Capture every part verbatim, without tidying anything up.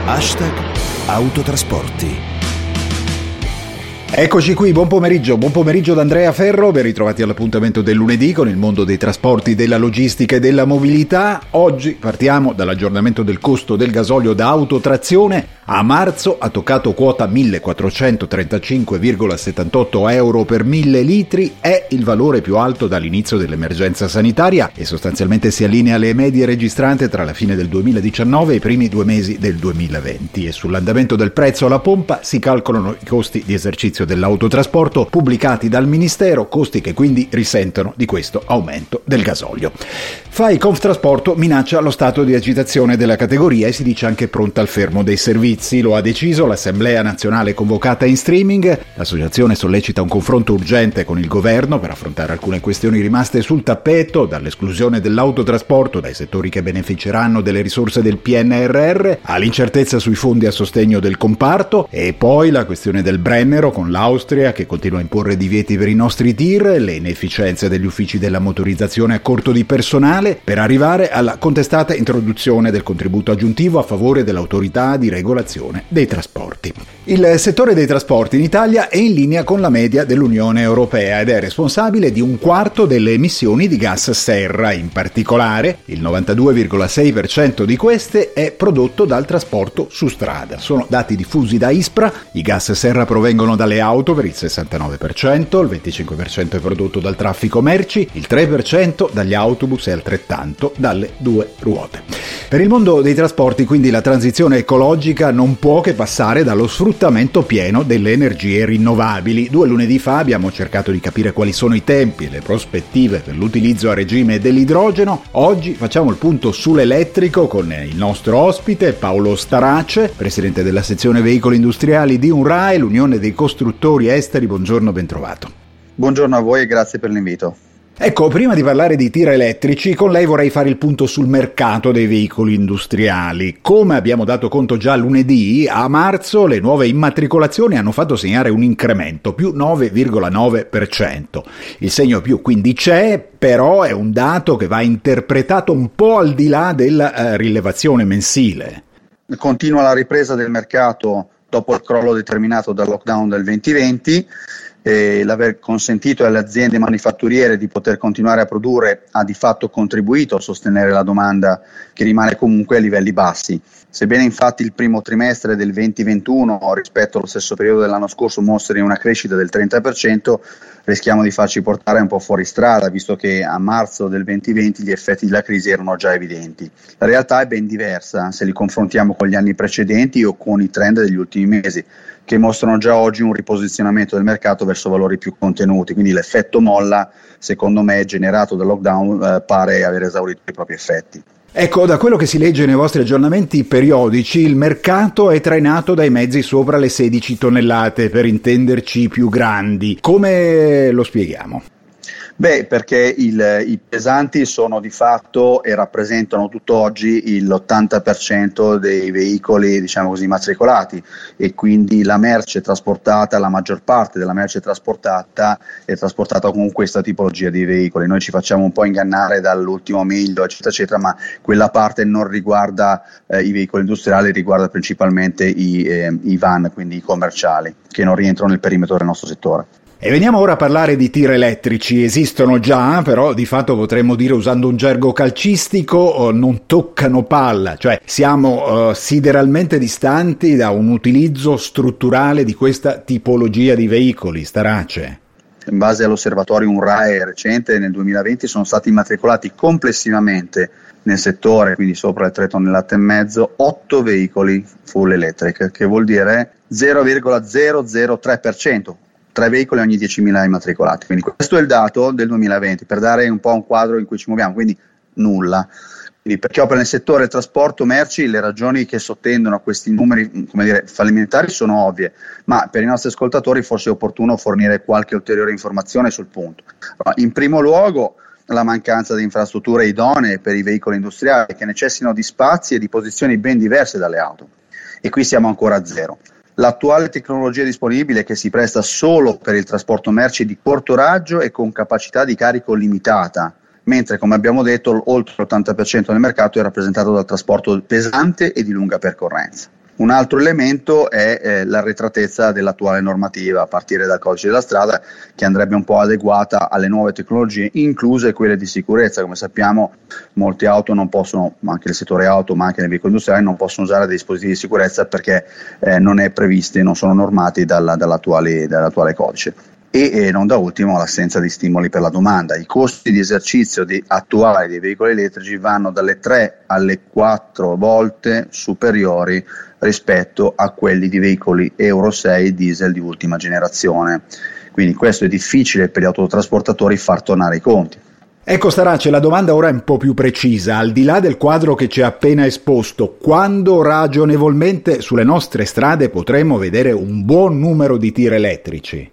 Hashtag Autotrasporti. Eccoci qui, buon pomeriggio, buon pomeriggio da Andrea Ferro, ben ritrovati all'appuntamento del lunedì con il mondo dei trasporti, della logistica e della mobilità. Oggi partiamo dall'aggiornamento del costo del gasolio da autotrazione. A marzo ha toccato quota millequattrocentotrentacinque virgola settantotto euro per mille litri, è il valore più alto dall'inizio dell'emergenza sanitaria e sostanzialmente si allinea alle medie registrate tra la fine del duemiladiciannove e i primi due mesi del duemilaventi. E sull'andamento del prezzo alla pompa si calcolano i costi di esercizio dell'autotrasporto pubblicati dal Ministero, costi che quindi risentono di questo aumento del gasolio. Fai Conftrasporto minaccia lo stato di agitazione della categoria e si dice anche pronta al fermo dei servizi. Lo ha deciso l'Assemblea Nazionale convocata in streaming. L'associazione sollecita un confronto urgente con il governo per affrontare alcune questioni rimaste sul tappeto, dall'esclusione dell'autotrasporto dai settori che beneficeranno delle risorse del P N R R all'incertezza sui fondi a sostegno del comparto, e poi la questione del Brennero con l'Austria che continua a imporre divieti per i nostri tir, le inefficienze degli uffici della motorizzazione a corto di personale, per arrivare alla contestata introduzione del contributo aggiuntivo a favore dell'autorità di regolazione dei trasporti. Il settore dei trasporti in Italia è in linea con la media dell'Unione Europea ed è responsabile di un quarto delle emissioni di gas serra. In particolare, il novantadue virgola sei per cento di queste è prodotto dal trasporto su strada. Sono dati diffusi da ISPRA. I gas serra provengono dalle auto per il sessantanove per cento, il venticinque per cento è prodotto dal traffico merci, il tre per cento dagli autobus e altrettanto dalle due ruote. Per il mondo dei trasporti, quindi, la transizione ecologica non può che passare dallo sfruttamento pieno delle energie rinnovabili. Due lunedì fa abbiamo cercato di capire quali sono i tempi e le prospettive per l'utilizzo a regime dell'idrogeno. Oggi facciamo il punto sull'elettrico con il nostro ospite Paolo Starace, presidente della sezione veicoli industriali di UNRAE, l'Unione dei Costruttori Esteri. Buongiorno, ben trovato. Buongiorno a voi e grazie per l'invito. Ecco, prima di parlare di tir elettrici, con lei vorrei fare il punto sul mercato dei veicoli industriali. Come abbiamo dato conto già lunedì, a marzo le nuove immatricolazioni hanno fatto segnare un incremento, più nove virgola nove per cento. Il segno più quindi c'è, però è un dato che va interpretato un po' al di là della eh, rilevazione mensile. Continua la ripresa del mercato dopo il crollo determinato dal lockdown del duemilaventi. E l'aver consentito alle aziende manifatturiere di poter continuare a produrre ha di fatto contribuito a sostenere la domanda, che rimane comunque a livelli bassi. Sebbene infatti il primo trimestre del duemilaventuno rispetto allo stesso periodo dell'anno scorso mostri una crescita del trenta per cento, rischiamo di farci portare un po' fuori strada, visto che a marzo del duemilaventi gli effetti della crisi erano già evidenti. La realtà è ben diversa se li confrontiamo con gli anni precedenti o con i trend degli ultimi mesi, che mostrano già oggi un riposizionamento del mercato verso valori più contenuti, quindi l'effetto molla, secondo me, generato dal lockdown, eh, pare aver esaurito i propri effetti. Ecco, da quello che si legge nei vostri aggiornamenti periodici, il mercato è trainato dai mezzi sopra le sedici tonnellate, per intenderci più grandi. Come lo spieghiamo? Beh, perché il, i pesanti sono di fatto e rappresentano tutt'oggi l'ottanta per cento dei veicoli, diciamo così, matricolati, e quindi la merce trasportata, la maggior parte della merce trasportata è trasportata con questa tipologia di veicoli. Noi ci facciamo un po' ingannare dall'ultimo miglio, eccetera, eccetera, ma quella parte non riguarda eh, i veicoli industriali, riguarda principalmente i, eh, i van, quindi i commerciali, che non rientrano nel perimetro del nostro settore. E veniamo ora a parlare di tir elettrici. Esistono già, però di fatto potremmo dire, usando un gergo calcistico, non toccano palla, cioè siamo uh, sideralmente distanti da un utilizzo strutturale di questa tipologia di veicoli. Starace. In base all'osservatorio UNRAE recente, nel duemilaventi sono stati immatricolati complessivamente nel settore, quindi sopra le tre tonnellate e mezzo, otto veicoli full electric, che vuol dire zero virgola zero zero tre per cento. Tre veicoli ogni diecimila immatricolati, quindi questo è il dato del duemilaventi, per dare un po' un quadro in cui ci muoviamo, quindi nulla. Quindi per chi opera nel settore trasporto merci, le ragioni che sottendono a questi numeri, come dire, fallimentari sono ovvie, ma per i nostri ascoltatori forse è opportuno fornire qualche ulteriore informazione sul punto. In primo luogo, la mancanza di infrastrutture idonee per i veicoli industriali che necessitano di spazi e di posizioni ben diverse dalle auto, e qui siamo ancora a zero. L'attuale tecnologia disponibile, che si presta solo per il trasporto merci di corto raggio e con capacità di carico limitata, mentre, come abbiamo detto, oltre l'ottanta per cento del mercato è rappresentato dal trasporto pesante e di lunga percorrenza. Un altro elemento è eh, l'arretratezza dell'attuale normativa, a partire dal codice della strada, che andrebbe un po' adeguata alle nuove tecnologie, incluse quelle di sicurezza. Come sappiamo, molte auto non possono, ma anche nel settore auto, ma anche nei veicoli industriali, non possono usare dei dispositivi di sicurezza perché eh, non è previsti, non sono normati dalla, dall'attuale, dall'attuale codice. E eh, non da ultimo l'assenza di stimoli per la domanda. I costi di esercizio di, attuali dei veicoli elettrici vanno dalle tre alle quattro volte superiori rispetto a quelli di veicoli Euro sei diesel di ultima generazione. Quindi questo è difficile per gli autotrasportatori far tornare i conti. Ecco Starace, la domanda ora è un po' più precisa. Al di là del quadro che ci ha appena esposto, quando ragionevolmente sulle nostre strade potremo vedere un buon numero di tir elettrici?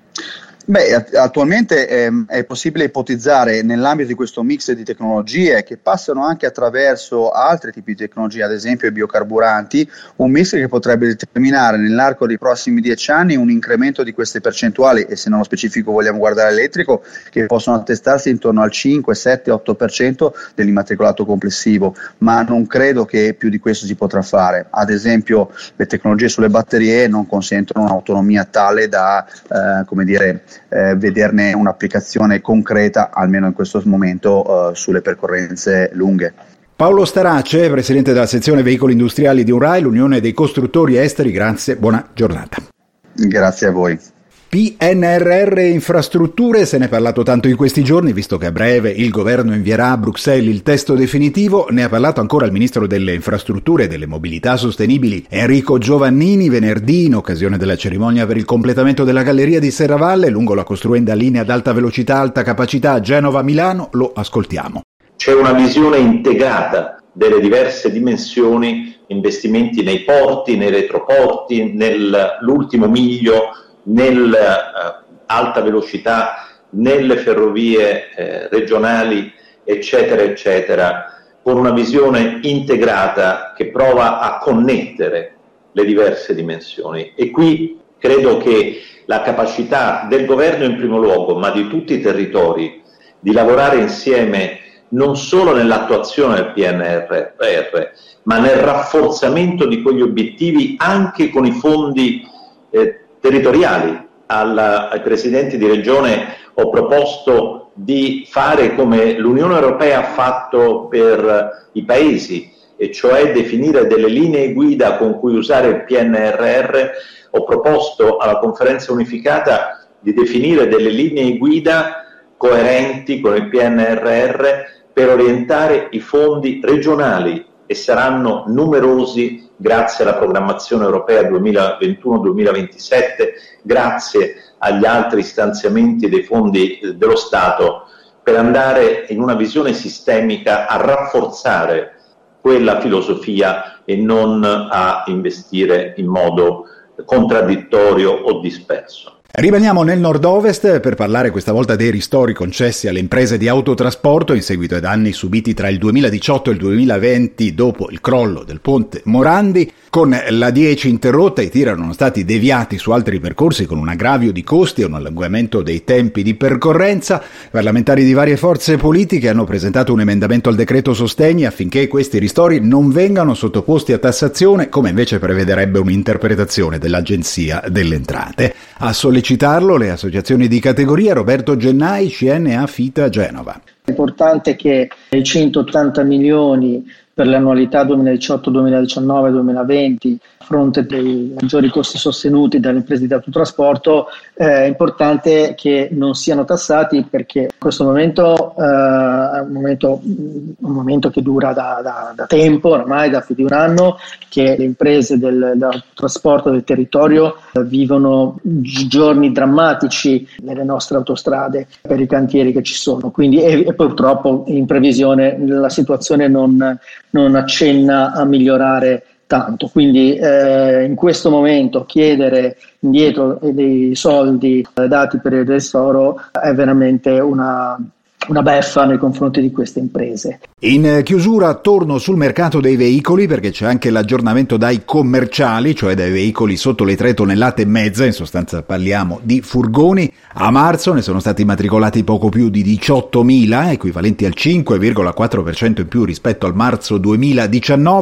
Beh, attualmente ehm, è possibile ipotizzare, nell'ambito di questo mix di tecnologie che passano anche attraverso altri tipi di tecnologie, ad esempio i biocarburanti, un mix che potrebbe determinare nell'arco dei prossimi dieci anni un incremento di queste percentuali, e se nello specifico vogliamo guardare l'elettrico, che possono attestarsi intorno al cinque, sette, otto per cento dell'immatricolato complessivo, ma non credo che più di questo si potrà fare. Ad esempio le tecnologie sulle batterie non consentono un'autonomia tale da, eh, come dire, Eh, vederne un'applicazione concreta, almeno in questo momento, eh, sulle percorrenze lunghe. Paolo Starace, presidente della sezione veicoli industriali di UNRAI, l'Unione dei Costruttori Esteri, grazie, buona giornata. Grazie a voi. P N R R infrastrutture, se ne è parlato tanto in questi giorni, visto che a breve il governo invierà a Bruxelles il testo definitivo. Ne ha parlato ancora il ministro delle infrastrutture e delle mobilità sostenibili Enrico Giovannini venerdì in occasione della cerimonia per il completamento della galleria di Serravalle lungo la costruenda linea ad alta velocità alta capacità Genova-Milano. Lo ascoltiamo. C'è una visione integrata delle diverse dimensioni, investimenti nei porti, nei retroporti, nell'ultimo miglio, nell'alta uh, velocità, nelle ferrovie eh, regionali, eccetera, eccetera, con una visione integrata che prova a connettere le diverse dimensioni. E qui credo che la capacità del governo in primo luogo, ma di tutti i territori, di lavorare insieme non solo nell'attuazione del P N R R, ma nel rafforzamento di quegli obiettivi anche con i fondi eh, territoriali. Al, ai presidenti di regione ho proposto di fare come l'Unione Europea ha fatto per i paesi, e cioè definire delle linee guida con cui usare il P N R R. Ho proposto alla conferenza unificata di definire delle linee guida coerenti con il P N R R per orientare i fondi regionali, e saranno numerosi grazie alla programmazione europea duemilaventuno duemilaventisette, grazie agli altri stanziamenti dei fondi dello Stato, per andare in una visione sistemica a rafforzare quella filosofia e non a investire in modo contraddittorio o disperso. Rimaniamo nel nord-ovest per parlare questa volta dei ristori concessi alle imprese di autotrasporto in seguito ai danni subiti tra il duemiladiciotto e il duemilaventi dopo il crollo del ponte Morandi. Con l'A dieci interrotta, i tir erano stati deviati su altri percorsi con un aggravio di costi e un allungamento dei tempi di percorrenza. Parlamentari di varie forze politiche hanno presentato un emendamento al decreto sostegni affinché questi ristori non vengano sottoposti a tassazione, come invece prevederebbe un'interpretazione dell'Agenzia delle Entrate. A sollecitarlo le associazioni di categoria. Roberto Gennai, C N A Fita Genova. È importante che i centottanta milioni per le annualità duemiladiciotto duemiladiciannove duemilaventi, a fronte dei maggiori costi sostenuti dalle imprese di autotrasporto, eh, è importante che non siano tassati, perché in questo momento eh, è un momento, un momento che dura da, da, da tempo, ormai da più di un anno, che le imprese del, del trasporto del territorio eh, vivono giorni drammatici nelle nostre autostrade per i cantieri che ci sono. Quindi e, e purtroppo in previsione la situazione non non accenna a migliorare tanto. Quindi eh, in questo momento chiedere indietro dei soldi eh, dati per il ristoro è veramente una una beffa nei confronti di queste imprese. In chiusura torno sul mercato dei veicoli, perché c'è anche l'aggiornamento dai commerciali, cioè dai veicoli sotto le tre tonnellate e mezza, in sostanza parliamo di furgoni. A marzo ne sono stati immatricolati poco più di diciottomila, equivalenti al cinque virgola quattro per cento in più rispetto al marzo duemiladiciannove.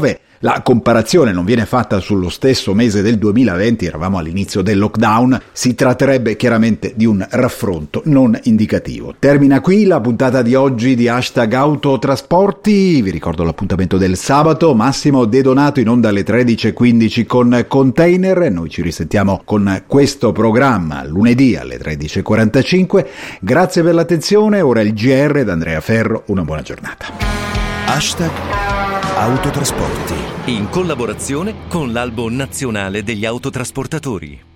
la comparazione non viene fatta sullo stesso mese del duemilaventi, eravamo all'inizio del lockdown, si tratterebbe chiaramente di un raffronto non indicativo. Termina qui la puntata di oggi di Hashtag Autotrasporti, vi ricordo l'appuntamento del sabato, Massimo De Donato in onda alle tredici e quindici con Container, noi ci risentiamo con questo programma lunedì alle tredici e quarantacinque, grazie per l'attenzione, ora il G R da Andrea Ferro, una buona giornata. Hashtag Autotrasporti in collaborazione con l'Albo Nazionale degli Autotrasportatori.